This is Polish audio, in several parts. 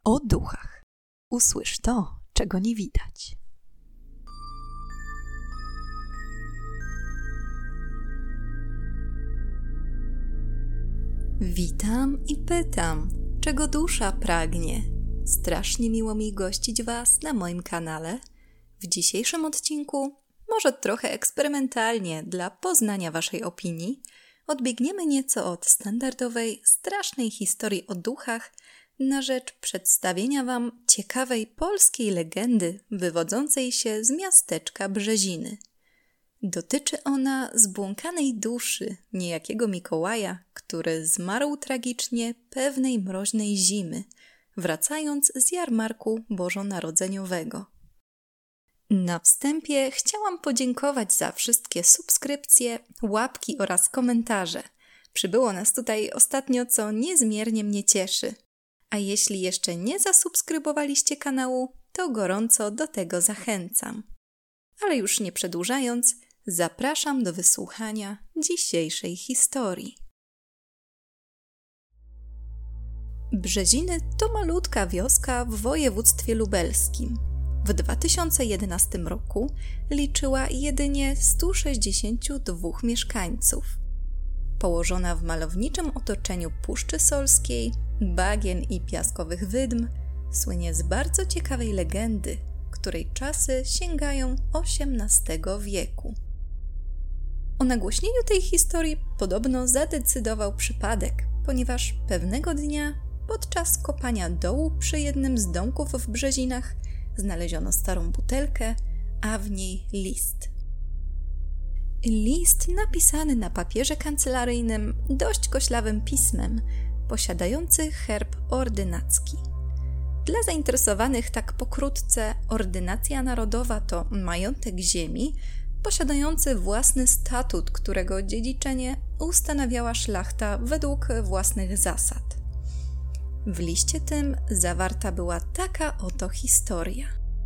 O duchach. Usłysz to, czego nie widać. Witam i pytam, czego dusza pragnie. Strasznie miło mi gościć Was na moim kanale. W dzisiejszym odcinku, może trochę eksperymentalnie dla poznania Waszej opinii, odbiegniemy nieco od standardowej, strasznej historii o duchach na rzecz przedstawienia Wam ciekawej polskiej legendy wywodzącej się z miasteczka Brzeziny. Dotyczy ona zbłąkanej duszy niejakiego Mikołaja, który zmarł tragicznie pewnej mroźnej zimy, wracając z jarmarku bożonarodzeniowego. Na wstępie chciałam podziękować za wszystkie subskrypcje, łapki oraz komentarze. Przybyło nas tutaj ostatnio, co niezmiernie mnie cieszy. A jeśli jeszcze nie zasubskrybowaliście kanału, to gorąco do tego zachęcam. Ale już nie przedłużając, zapraszam do wysłuchania dzisiejszej historii. Brzeziny to malutka wioska w województwie lubelskim. W 2011 roku liczyła jedynie 162 mieszkańców. Położona w malowniczym otoczeniu Puszczy Solskiej, bagien i piaskowych wydm, słynie z bardzo ciekawej legendy, której czasy sięgają XVIII wieku. O nagłośnieniu tej historii podobno zadecydował przypadek, ponieważ pewnego dnia podczas kopania dołu przy jednym z domków w Brzezinach znaleziono starą butelkę, a w niej list. List napisany na papierze kancelaryjnym dość koślawym pismem, posiadający herb ordynacki. Dla zainteresowanych tak pokrótce, ordynacja narodowa to majątek ziemi, posiadający własny statut, którego dziedziczenie ustanawiała szlachta według własnych zasad. W liście tym zawarta była taka oto historia.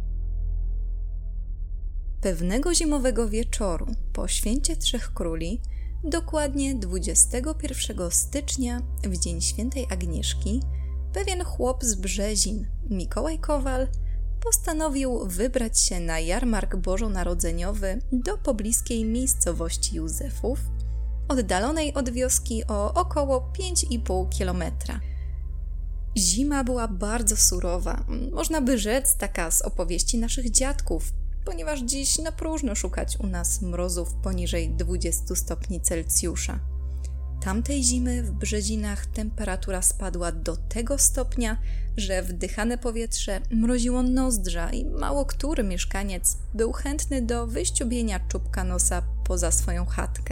Pewnego zimowego wieczoru po święcie Trzech Króli, dokładnie 21 stycznia, w dzień świętej Agnieszki, pewien chłop z Brzezin, Mikołaj Kowal, postanowił wybrać się na jarmark bożonarodzeniowy do pobliskiej miejscowości Józefów, oddalonej od wioski o około 5,5 kilometra. Zima była bardzo surowa, można by rzec taka z opowieści naszych dziadków, ponieważ dziś na próżno szukać u nas mrozów poniżej 20 stopni Celsjusza. Tamtej zimy w Brzezinach temperatura spadła do tego stopnia, że wdychane powietrze mroziło nozdrza i mało który mieszkaniec był chętny do wyściubienia czubka nosa poza swoją chatkę.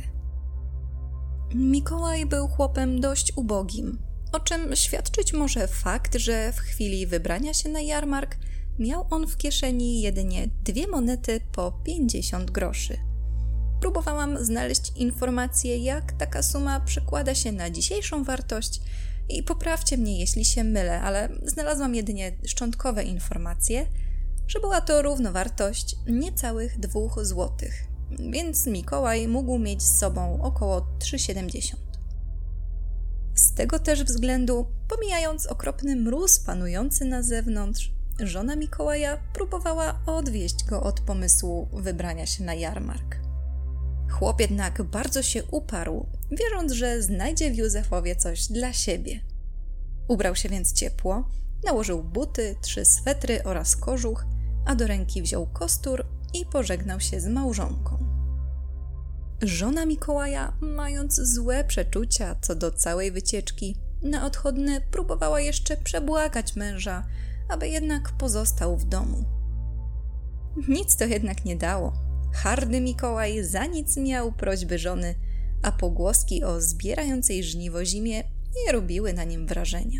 Mikołaj był chłopem dość ubogim, o czym świadczyć może fakt, że w chwili wybrania się na jarmark miał on w kieszeni jedynie 2 monety po 50 groszy. Próbowałam znaleźć informację, jak taka suma przekłada się na dzisiejszą wartość i poprawcie mnie, jeśli się mylę, ale znalazłam jedynie szczątkowe informacje, że była to równowartość niecałych 2 złotych, więc Mikołaj mógł mieć z sobą około 3,70. Z tego też względu, pomijając okropny mróz panujący na zewnątrz, żona Mikołaja próbowała odwieść go od pomysłu wybrania się na jarmark. Chłop jednak bardzo się uparł, wierząc, że znajdzie w Józefowie coś dla siebie. Ubrał się więc ciepło, nałożył buty, 3 swetry oraz kożuch, a do ręki wziął kostur i pożegnał się z małżonką. Żona Mikołaja, mając złe przeczucia co do całej wycieczki, na odchodne próbowała jeszcze przebłagać męża, aby jednak pozostał w domu. Nic to jednak nie dało. Hardy Mikołaj za nic miał prośby żony, a pogłoski o zbierającej żniwo zimie nie robiły na nim wrażenia.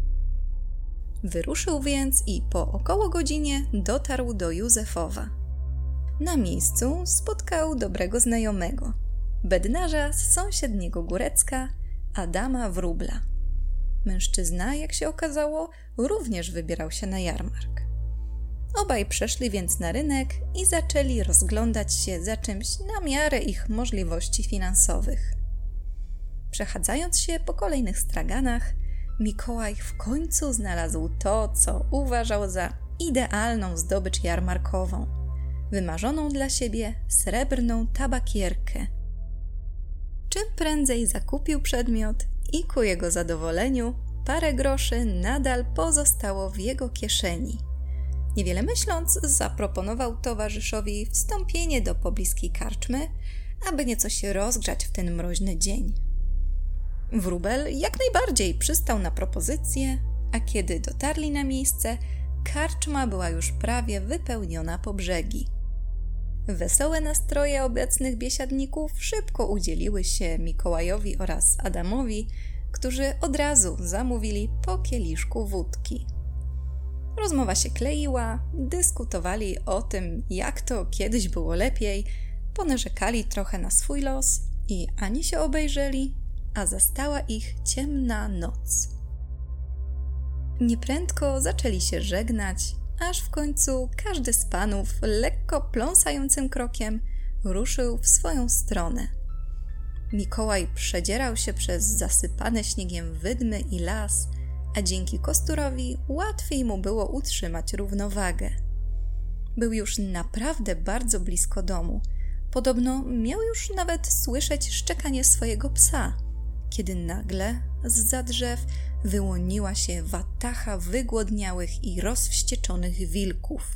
Wyruszył więc i po około godzinie dotarł do Józefowa. Na miejscu spotkał dobrego znajomego, bednarza z sąsiedniego Górecka, Adama Wróbla. Mężczyzna, jak się okazało, również wybierał się na jarmark. Obaj przeszli więc na rynek i zaczęli rozglądać się za czymś na miarę ich możliwości finansowych. Przechadzając się po kolejnych straganach, Mikołaj w końcu znalazł to, co uważał za idealną zdobycz jarmarkową. Wymarzoną dla siebie srebrną tabakierkę. Czym prędzej zakupił przedmiot i ku jego zadowoleniu parę groszy nadal pozostało w jego kieszeni. Niewiele myśląc, zaproponował towarzyszowi wstąpienie do pobliskiej karczmy, aby nieco się rozgrzać w ten mroźny dzień. Wróbel jak najbardziej przystał na propozycję, a kiedy dotarli na miejsce, karczma była już prawie wypełniona po brzegi. Wesołe nastroje obecnych biesiadników szybko udzieliły się Mikołajowi oraz Adamowi, którzy od razu zamówili po kieliszku wódki. Rozmowa się kleiła, dyskutowali o tym, jak to kiedyś było lepiej, ponarzekali trochę na swój los i ani się obejrzeli, a zastała ich ciemna noc. Nieprędko zaczęli się żegnać, aż w końcu każdy z panów lekko pląsającym krokiem ruszył w swoją stronę. Mikołaj przedzierał się przez zasypane śniegiem wydmy i las, a dzięki kosturowi łatwiej mu było utrzymać równowagę. Był już naprawdę bardzo blisko domu. Podobno miał już nawet słyszeć szczekanie swojego psa, kiedy nagle zza drzew wyłoniła się watacha wygłodniałych i rozwścieczonych wilków.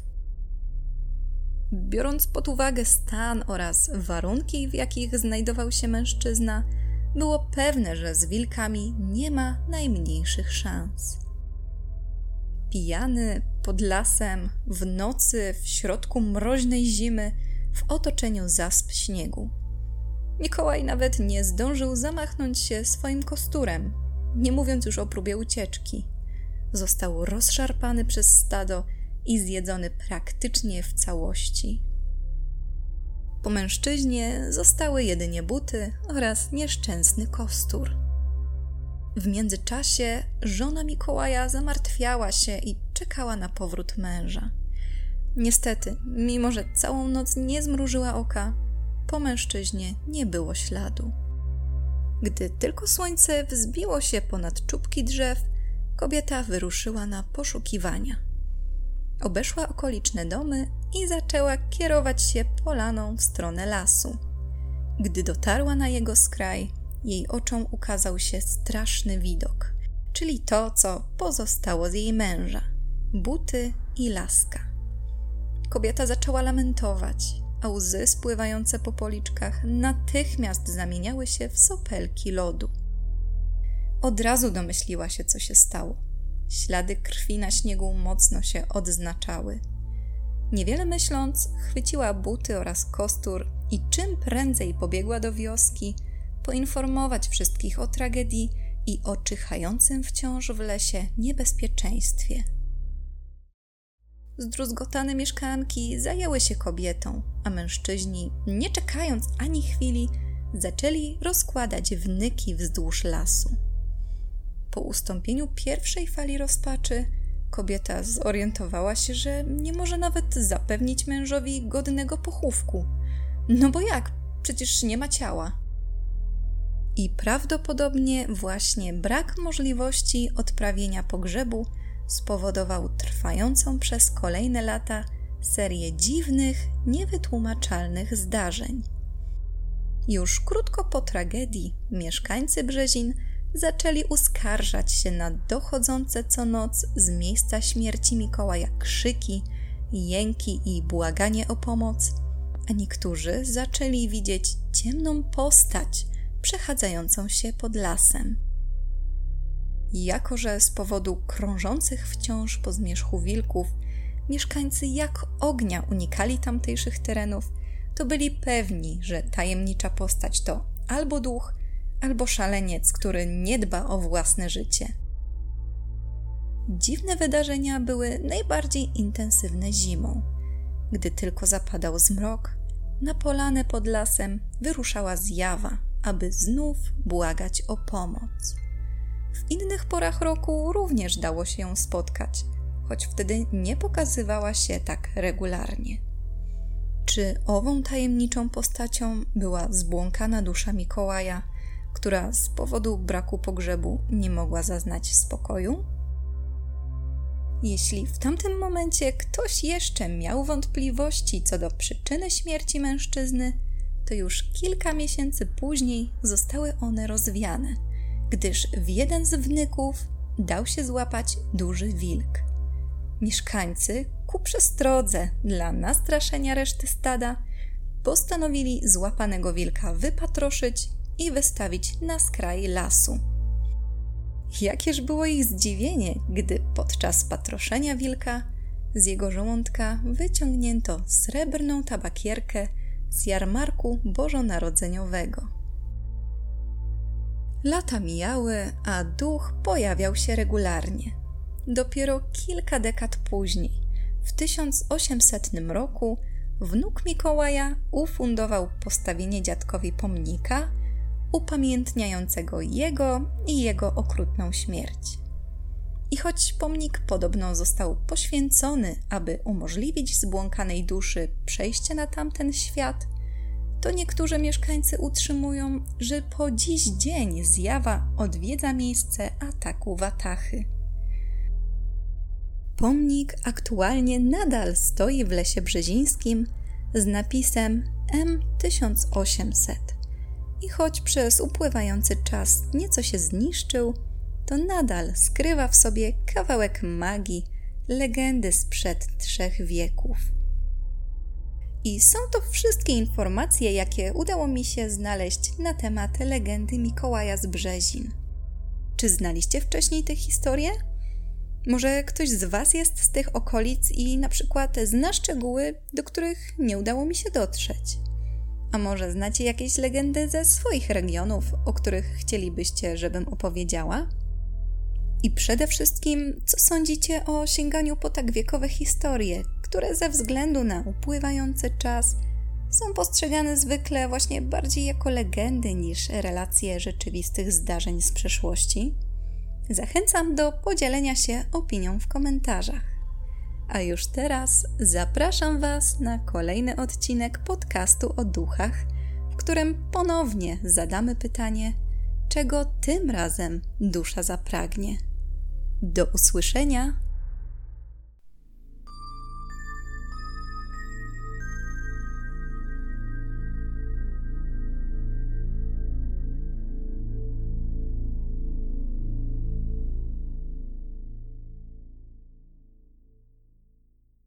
Biorąc pod uwagę stan oraz warunki, w jakich znajdował się mężczyzna, było pewne, że z wilkami nie ma najmniejszych szans. Pijany, pod lasem, w nocy, w środku mroźnej zimy, w otoczeniu zasp śniegu. Mikołaj nawet nie zdążył zamachnąć się swoim kosturem, nie mówiąc już o próbie ucieczki. Został rozszarpany przez stado i zjedzony praktycznie w całości. Po mężczyźnie zostały jedynie buty oraz nieszczęsny kostur. W międzyczasie żona Mikołaja zamartwiała się i czekała na powrót męża. Niestety, mimo że całą noc nie zmrużyła oka, po mężczyźnie nie było śladu. Gdy tylko słońce wzbiło się ponad czubki drzew, kobieta wyruszyła na poszukiwania. Obeszła okoliczne domy i zaczęła kierować się polaną w stronę lasu. Gdy dotarła na jego skraj, jej oczom ukazał się straszny widok, czyli to, co pozostało z jej męża – buty i laska. Kobieta zaczęła lamentować, a łzy spływające po policzkach natychmiast zamieniały się w sopelki lodu. Od razu domyśliła się, co się stało. Ślady krwi na śniegu mocno się odznaczały. Niewiele myśląc, chwyciła buty oraz kostur i czym prędzej pobiegła do wioski, poinformować wszystkich o tragedii i o czyhającym wciąż w lesie niebezpieczeństwie. Zdruzgotane mieszkanki zajęły się kobietą, a mężczyźni, nie czekając ani chwili, zaczęli rozkładać wnyki wzdłuż lasu. Po ustąpieniu pierwszej fali rozpaczy, kobieta zorientowała się, że nie może nawet zapewnić mężowi godnego pochówku. No bo jak? Przecież nie ma ciała. I prawdopodobnie właśnie brak możliwości odprawienia pogrzebu spowodował trwającą przez kolejne lata serię dziwnych, niewytłumaczalnych zdarzeń. Już krótko po tragedii mieszkańcy Brzezin zaczęli uskarżać się na dochodzące co noc z miejsca śmierci Mikołaja krzyki, jęki i błaganie o pomoc, a niektórzy zaczęli widzieć ciemną postać przechadzającą się pod lasem. Jako że z powodu krążących wciąż po zmierzchu wilków mieszkańcy jak ognia unikali tamtejszych terenów, to byli pewni, że tajemnicza postać to albo duch, albo szaleniec, który nie dba o własne życie. Dziwne wydarzenia były najbardziej intensywne zimą. Gdy tylko zapadał zmrok, na polanę pod lasem wyruszała zjawa, aby znów błagać o pomoc. W innych porach roku również dało się ją spotkać, choć wtedy nie pokazywała się tak regularnie. Czy ową tajemniczą postacią była zbłąkana dusza Mikołaja, która z powodu braku pogrzebu nie mogła zaznać spokoju? Jeśli w tamtym momencie ktoś jeszcze miał wątpliwości co do przyczyny śmierci mężczyzny, to już kilka miesięcy później zostały one rozwiane, gdyż w jeden z wnyków dał się złapać duży wilk. Mieszkańcy, ku przestrodze dla nastraszenia reszty stada, postanowili złapanego wilka wypatroszyć i wystawić na skraj lasu. Jakież było ich zdziwienie, gdy podczas patroszenia wilka z jego żołądka wyciągnięto srebrną tabakierkę z jarmarku bożonarodzeniowego. Lata mijały, a duch pojawiał się regularnie. Dopiero kilka dekad później, w 1800 roku, wnuk Mikołaja ufundował postawienie dziadkowi pomnika upamiętniającego jego i jego okrutną śmierć. I choć pomnik podobno został poświęcony, aby umożliwić zbłąkanej duszy przejście na tamten świat, to niektórzy mieszkańcy utrzymują, że po dziś dzień zjawa odwiedza miejsce ataku Watachy. Pomnik aktualnie nadal stoi w Lesie Brzezińskim z napisem M1800 i choć przez upływający czas nieco się zniszczył, to nadal skrywa w sobie kawałek magii, legendy sprzed 3 wieków. I są to wszystkie informacje, jakie udało mi się znaleźć na temat legendy Mikołaja z Brzezin. Czy znaliście wcześniej tę historię? Może ktoś z Was jest z tych okolic i na przykład zna szczegóły, do których nie udało mi się dotrzeć? A może znacie jakieś legendy ze swoich regionów, o których chcielibyście, żebym opowiedziała? I przede wszystkim, co sądzicie o sięganiu po tak wiekowe historie, które ze względu na upływający czas są postrzegane zwykle właśnie bardziej jako legendy niż relacje rzeczywistych zdarzeń z przeszłości? Zachęcam do podzielenia się opinią w komentarzach. A już teraz zapraszam Was na kolejny odcinek podcastu o duchach, w którym ponownie zadamy pytanie, czego tym razem dusza zapragnie. Do usłyszenia